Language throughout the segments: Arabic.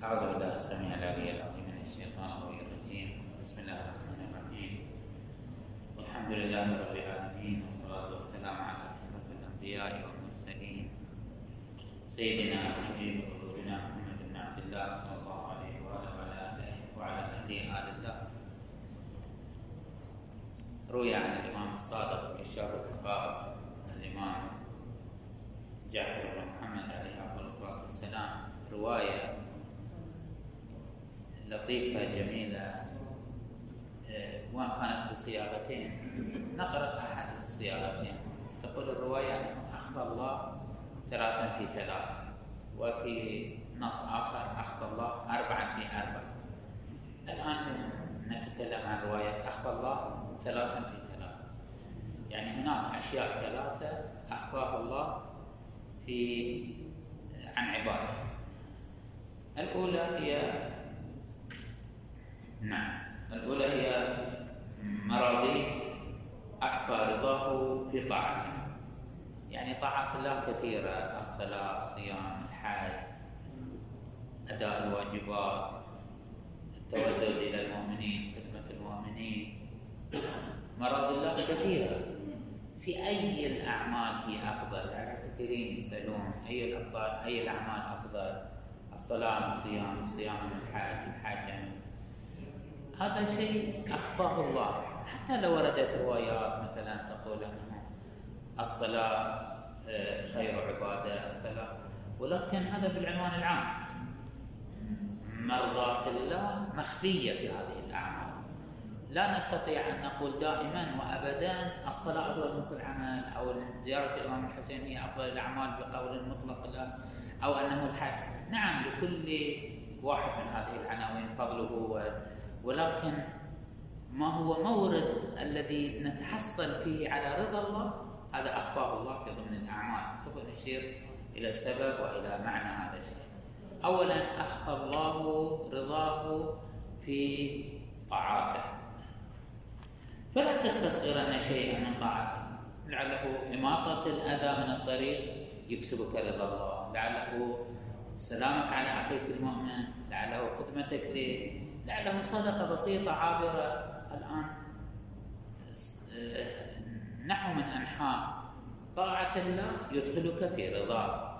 أعوذ بالله السميع العلي العظيم من الشيطان الرجيم. بسم الله الرحمن الرحيم. والحمد لله رب العالمين، والصلاة والسلام على أشرف الأنبياء والمرسلين سيدنا وحبيب قلوبنا محمد بن عبد الله صلى الله عليه وعلى أهل آل الله. روي عن الإمام الصادق كشاف العقاب الإمام جعفر بن محمد عليه أفضل الصلاة والسلام رواية لطيفة جميلة، وإن كانت بصياغتين نقرأ أحد الصياغتين. تقول الرواية أنه أخفى الله 3 في 3، وفي نص آخر أخفى الله 4 في 4. الآن نتكلم عن رواية أخفى الله 3 في 3، يعني هناك أشياء 3 أخفاها الله عن عباده. الأولى هي مراضيه، أخفى رضاه في طاعته. يعني طاعات الله كثيرة: الصلاة، الصيام، الحج، أداء الواجبات، التودد إلى المؤمنين، خدمة المؤمنين. مراضي الله كثيرة. في أي الأعمال هي أفضل؟ يعني كثيرين يسألون أي الأعمال أفضل؟ الصلاة، الصيام، الحج. هذا شيء أخفاه الله. حتى لو وردت روايات مثلا تقول أنه الصلاة خير عبادة الصلاة، ولكن هذا بالعنوان العام. مرضاة الله مخفية في هذه الأعمال. لا نستطيع أن نقول دائما وأبدا الصلاة أفضل من كل عمل، أو زيارة الإمام الحسين هي أفضل الأعمال بقول مطلق، لا، أو أنه الحج. نعم، لكل واحد من هذه العناوين فضله، ولكن ما هو مورد الذي نتحصل فيه على رضا الله، هذا أخفاه الله في ضمن الأعمال. سوف نشير إلى السبب وإلى معنى هذا الشيء. أولا، أخفى الله رضاه في طاعاته، فلا تستصغرن شيئا من طاعته. لعله إماطة الأذى من الطريق يكسبك رضا الله، لعله سلامك على أخيك المؤمن، لعله خدمتك له، لعله صدقة بسيطة عابرة الآن نحو من أنحاء طاعة الله يدخلك في رضاه.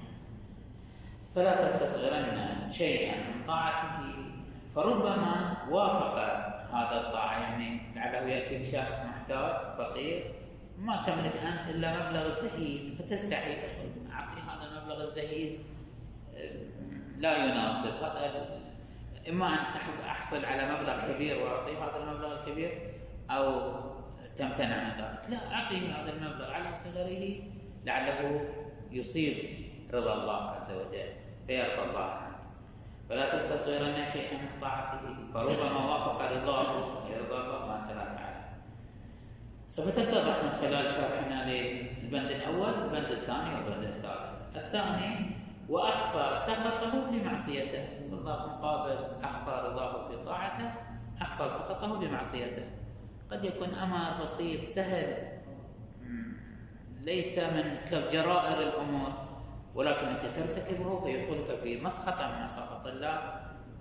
فلا تستصغرن شيئا من طاعته، فربما وافق هذا الطاعة. يعني لعله يأتيك شخص محتاج فقير، ما تملك أنت إلا مبلغ زهيد، فتستحي تقول أعطي هذا المبلغ الزهيد، لا يناسب هذا. إما أن أحصل على مبلغ كبير وأعطيه هذا المبلغ الكبير، أو تمتنع عن ذلك. لا، أعطيه هذا المبلغ على صغره لعله يصيب رضا الله عز وجل فيرضى الله عنه. فلا تستصغرن شيئا من طاعته، فربما وافق رضاه يرضى الله وأنت لا تعلم. سوف تتضح من خلال شرحنا للبند الأول والبند الثاني والبند الثالث. الثاني: وأخفى سخطه في معصيته. بالضبط مقابل أخفى رضاه في طاعته، أخفى سخطه بمعصيته. قد يكون أمر بسيط سهل ليس من كجرائر الأمور، ولكنك ترتكبه فيدخلك في مسخطة من مساخط الله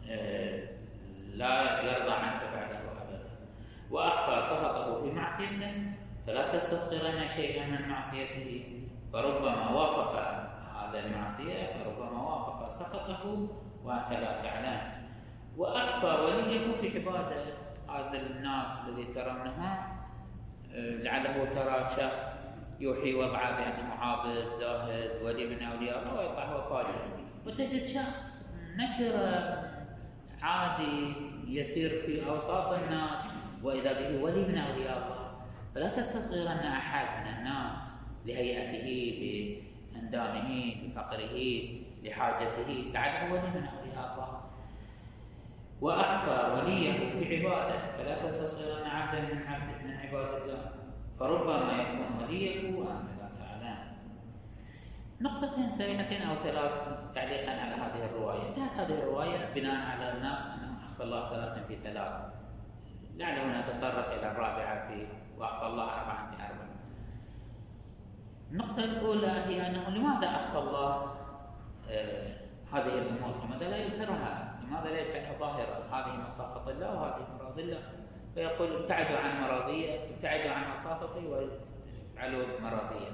لا يرضى عنك بعده أبدا. وأخفى سخطه في معصيته، فلا تستصغرن شيئا من معصيته، فربما وافق هذا المعصية، فربما وافق سخطه وأنت لا تعلم. وأخفى وليه في عباده. هذا الناس الذي ترونه لعله ترى شخص يوحي وضعه بأنه عابد زاهد ولي من أولياء الله، ويطلع هو فاجر. وتجد شخص نكرة عادي يسير في أوساط الناس، وإذا به ولي من أولياء الله. فلا تستصغرن أحد من الناس لهيئته، بأندامه، بفقره، لحاجته، لعله ولي من أولياء الله. وأخفى وليه في عباده، فلا تستصغرن عبدا من عباد الله، فربما يكون وليه وأنت لا تعلم. نقطتين سريعتين أو 3 تعليقا على هذه الرواية. انتهت هذه الرواية بناء على النص أنه أخفى الله 3 في 3. لعله نتطرق إلى الرابعة في وأخفى الله 4 في 4. النقطة الأولى هي أنه لماذا أخفى الله هذه الأمور لماذا لا يظهرها؟ لماذا لا يجعلها ظاهرة؟ هذه مساخط الله وهذه مراضي الله، فيقول ابتعدوا عن مراضية، ابتعدوا عن مساخطي وافعلوا مراضية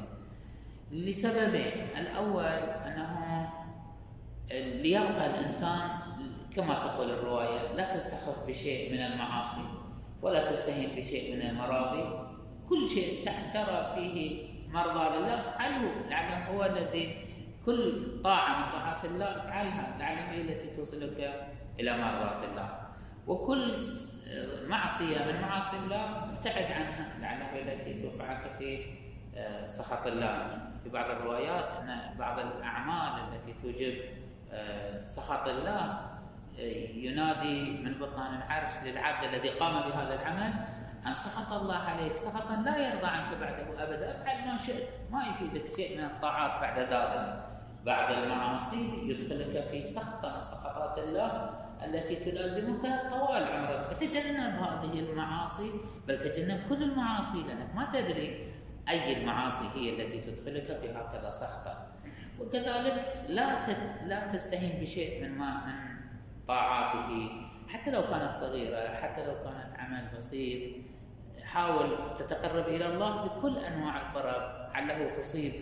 لسببين. الأول أنه ليبقى الإنسان كما تقول الرواية لا تستخف بشيء من المعاصي ولا تستهين بشيء من المراضي، كل شيء ترى فيه مرضى لله افعله، لعله هو الذي كل طاعة من طاعات الله افعلها، لعله هي التي توصلك إلى مرضات الله، وكل معصية من معاصي الله ابتعد عنها، لعله هي التي توقعك في سخط الله. في بعض الروايات أن بعض الأعمال التي توجب سخط الله ينادي من بطنان العرش للعبد الذي قام بهذا العمل أن سخط الله عليك سخطا لا يرضى عنك بعده أبدا، افعل ما شئت، ما يفيدك شيء من الطاعات بعد ذلك. بعض المعاصي يدخلك في سخط من سخطات الله التي تلازمك طوال عمرك، فتجنب هذه المعاصي، بل تجنب كل المعاصي، لأنك ما تدري أي المعاصي هي التي تدخلك في هكذا سخطا. وكذلك لا تستهين بشيء من طاعاته حتى لو كانت صغيرة، حتى لو كانت عمل بسيط، حاول تتقرب إلى الله بكل أنواع القرب، علّه تصيب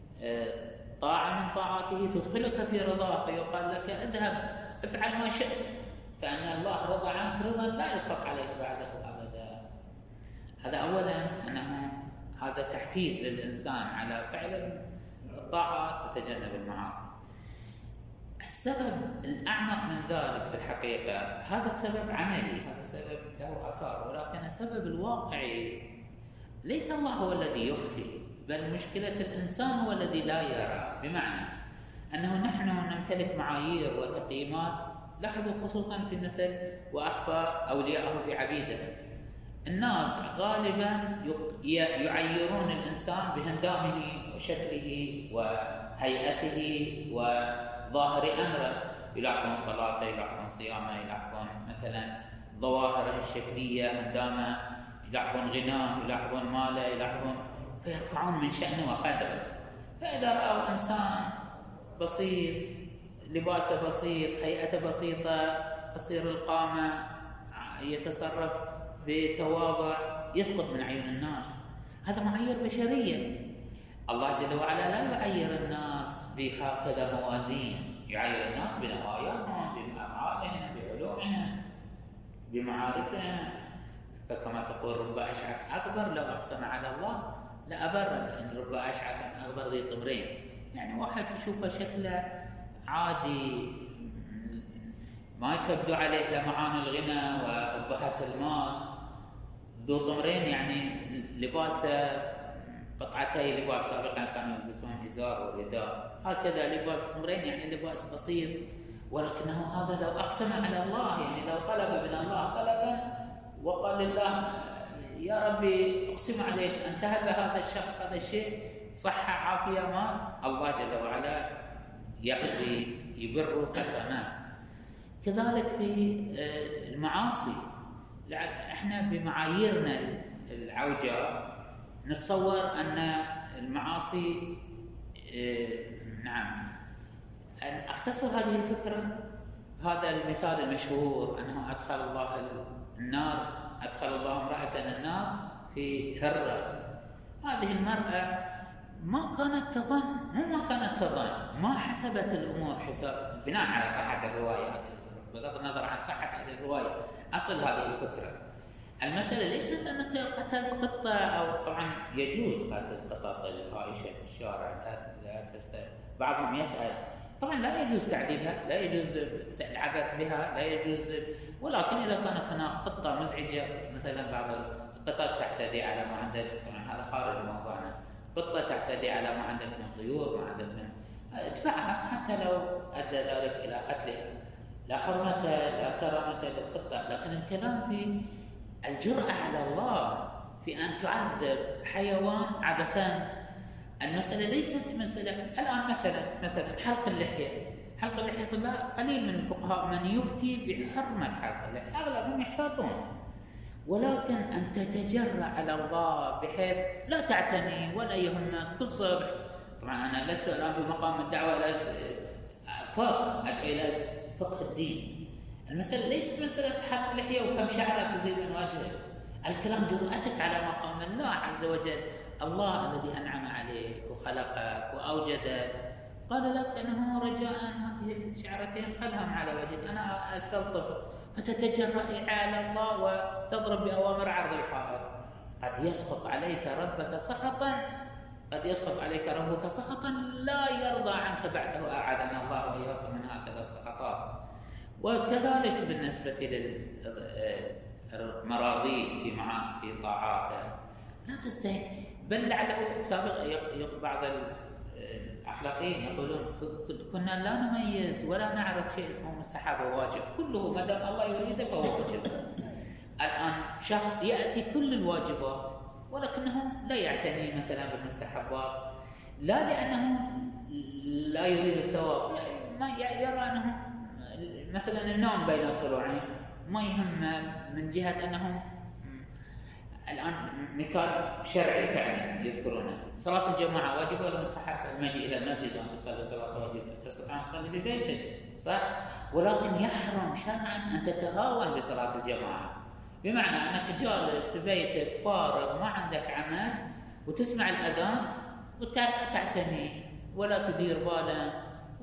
طاعة من طاعاته تدخلك في رضاه، فيقال لك اذهب افعل ما شئت، فأن الله رضى عنك رضا لا يسقط عليك بعده أبدا. هذا أولا، أنه هذا تحفيز للإنسان على فعل الطاعات وتجنب المعاصي. السبب الأعمق من ذلك في الحقيقة هذا سبب عملي، هذا سبب له آثار، ولكن السبب الواقعي ليس الله هو الذي يخفي، بل مشكلة الإنسان هو الذي لا يرى. بمعنى أنه نحن نمتلك معايير وتقييمات، لاحظوا خصوصا في مثل وأخفى أولياءه في عبيده، الناس غالبا يعيرون الإنسان بهندامه وشكله وهيئته وظاهر أمره، يلاحظون صلاته، يلاحظون صيامه، يلاحظون مثلا ظواهره الشكلية هندامه، يلاحظون غناه، يلاحظون ماله، يلاحظون، فيرفعون من شأنه وقدره. فإذا رأوا إنسان بسيط، لباسه بسيط، هيئته بسيطة، قصير القامة، يتصرف بتواضع، يسقط من عيون الناس. هذا معايير بشرية. الله جل وعلا لا يعير الناس بهكذا موازين، يعير الناس بنواياهم، بأفعالهم، بعلومهم، بمعارفهم. فكما تقول رب أشعث أكبر لو أقسم على الله لأبر، لأن رب أشعث أكبر ذي طمرين، يعني واحد تشوفه شكله عادي ما تبدو عليه لمعان الغنى وأبهة المال، ذو طمرين يعني لباسه قطعتي لباس، سابقا كانوا يلبسون إزار ورداء، هكذا لباس طمرين يعني لباس بسيط، ولكنه هذا لو أقسم على الله، يعني لو طلب من الله طلبا وقال لله يا ربي أقسم عليك أن تهب هذا الشخص هذا الشيء، صحة عافية مال، الله جل وعلا يقضي يبر قسمه. كذلك في المعاصي، احنا بمعاييرنا العوجاء نتصور أن المعاصي نعم. أن أختصر هذه الفكرة، هذا المثال المشهور أنه أدخل الله امرأة النار في هرة. هذه المرأة ما كانت تظن، ما حسبت الأمور حساب بناء على صحة الرواية، بغض النظر عن صحة هذه الرواية. أصل هذه الفكرة المسألة ليست أنك قتلت قطة، أو طبعا يجوز قتل قطط الهائشة في الشارع، بعضهم يسأل، طبعا لا يجوز تعذيبها، لا يجوز العبث بها، لا يجوز، ولكن إذا كانت هناك قطة مزعجة، مثلا بعض القطط تعتدي على ما عندك، طبعا هذا خارج موضوعنا، قطة تعتدي على ما عندك من طيور، ما عندك من، ادفعها حتى لو أدى ذلك إلى قتلها، لا حرمة لا كرامة للقطة. لكن الكلام في الجرأة على الله في أن تعذب حيوان عبثا. المسألة ليست مسألة الآن مثلا حلق اللحية صلى قليل من الفقهاء من يفتي بحرمة حلق اللحية، أغلبهم يحتاطون، ولكن أن تتجرأ على الله بحيث لا تعتني ولا يهمك كل صبح. طبعا أنا لست الآن بمقام الدعوة إلى فقه، أدعو إلى فقه الدين. المسألة ليست مسألة حلق لحية وكم شعرة تزيد من وجهك. الكلام جرأتك على مقام الله عز وجل، الله الذي أنعم عليك وخلقك وأوجدك قال لك أنه رجاء هذه الشعرتين خلهم على وجهك، أنا أستلطف، فتتجرأ على الله وتضرب بأوامر عرض الحائط. قد يسقط عليك ربك سخطا، قد يسقط عليك ربك سخطا لا يرضى عنك بعده، أعاذنا الله وإياكم من هكذا سخطات. وكذلك بالنسبة للمراضي في طاعاته لا تستهين، بل لعله سابق بعض الأخلاقيين يقولون كنا لا نميز ولا نعرف شيء اسمه مستحب وواجب، كله ما دام الله يريده فهو واجب. الآن شخص يأتي كل الواجبات ولكنه لا يعتني مثلا بالمستحبات، لا لأنه لا يريد الثواب، لا، ما يرى أنه مثلا النوم بين الطلوعين ما يهم، من جهة أنه الآن مثال شرعي فعلا يذكرونه، صلاة الجماعة واجبة ولا مستحبة؟ المجيء إلى المسجد وأن تصلي صلاة واجبة، تستطيع أن تصلي ببيتك صح؟ ولكن يحرم شرعا أن تتهاون بصلاة الجماعة، بمعنى أنك جالس في بيتك فارغ ما عندك عمل وتسمع الأذان وتعتني ولا تدير بالا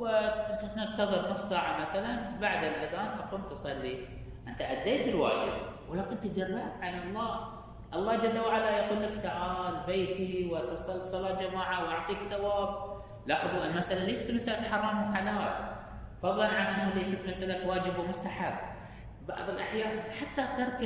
وتنتظر نص ساعة مثلا، بعد الأذان تقوم تصلي، أنت أديت الواجب ولكن تجرأت على الله. الله جل وعلا يقول لك تعال بيتي وتصل صلاة جماعة وأعطيك ثواب. لاحظوا المسألة ليست مسألة حرام وحلال، فضلا عن أنه ليست مسألة واجب ومستحب. بعض الأحيان حتى ترك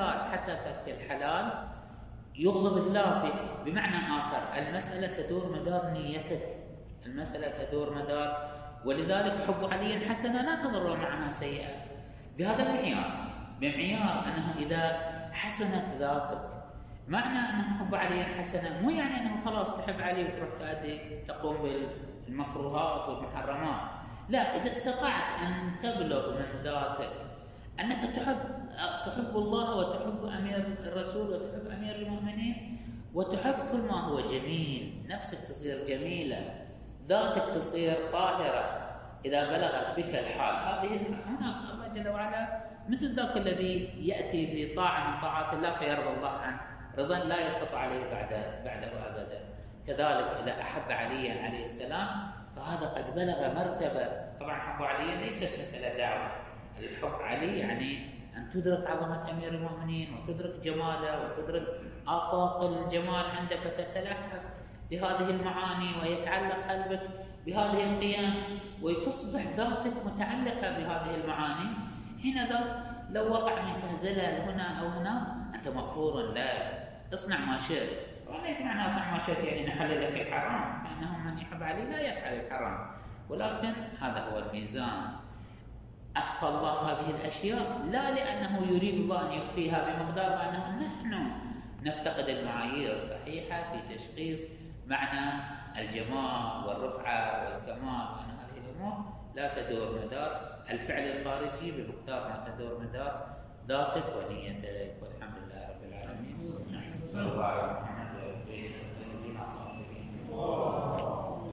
الحلال يغضب الله فيك. بمعنى آخر المسألة تدور مدار نيتك، المسألة تدور مدار، ولذلك حب علي حسنة لا تضر معها سيئة بهذا المعيار، بمعيار أنه إذا حسنت ذاتك، معنى أنه حب علي حسنة مو يعني أنه خلاص تحب علي وتروح تقوم بالمكروهات والمحرمات، لا، إذا استطعت أن تبلغ من ذاتك أنك تحب الله وتحب أمير الرسول وتحب أمير المؤمنين وتحب كل ما هو جميل، نفسك تصير جميلة، ذاتك تصير طاهرة، إذا بلغت بك الحال هذه هناك الله جل وعلا مثل ذاك الذي يأتي بطاعة من طاعات الله فيرضى الله عنه رضا لا يسقط عليه بعده أبدا. كذلك إذا أحب عليا عليه السلام فهذا قد بلغ مرتبة. طبعا حب علي ليست مسألة دعوة، الحب علي يعني أن تدرك عظمة أمير المؤمنين وتدرك جماله وتدرك آفاق الجمال عندك فتتلهف بهذه المعاني ويتعلق قلبك بهذه القيم وتصبح ذاتك متعلقة بهذه المعاني. حين ذاك لو وقع منك زلل هنا أو هنا أنت مغفور لك، اصنع ما شئت. طبعا ليس معنى اصنع ما شئت يعني نحل لك الحرام، لأنه من يحب علي لا يفعل الحرام، ولكن هذا هو الميزان. أخفى الله هذه الأشياء لا لأنه يريد الله أن يخفيها بمقدار ما أنه نحن نفتقد المعايير الصحيحة في تشخيص معنى الجمال والرفعة والكمال، وأن هذه الأمور لا تدور مدار الفعل الخارجي بمقدار ما تدور مدار ذاتك ونيتك. والحمد لله رب العالمين. صلى الله عليه وسلم.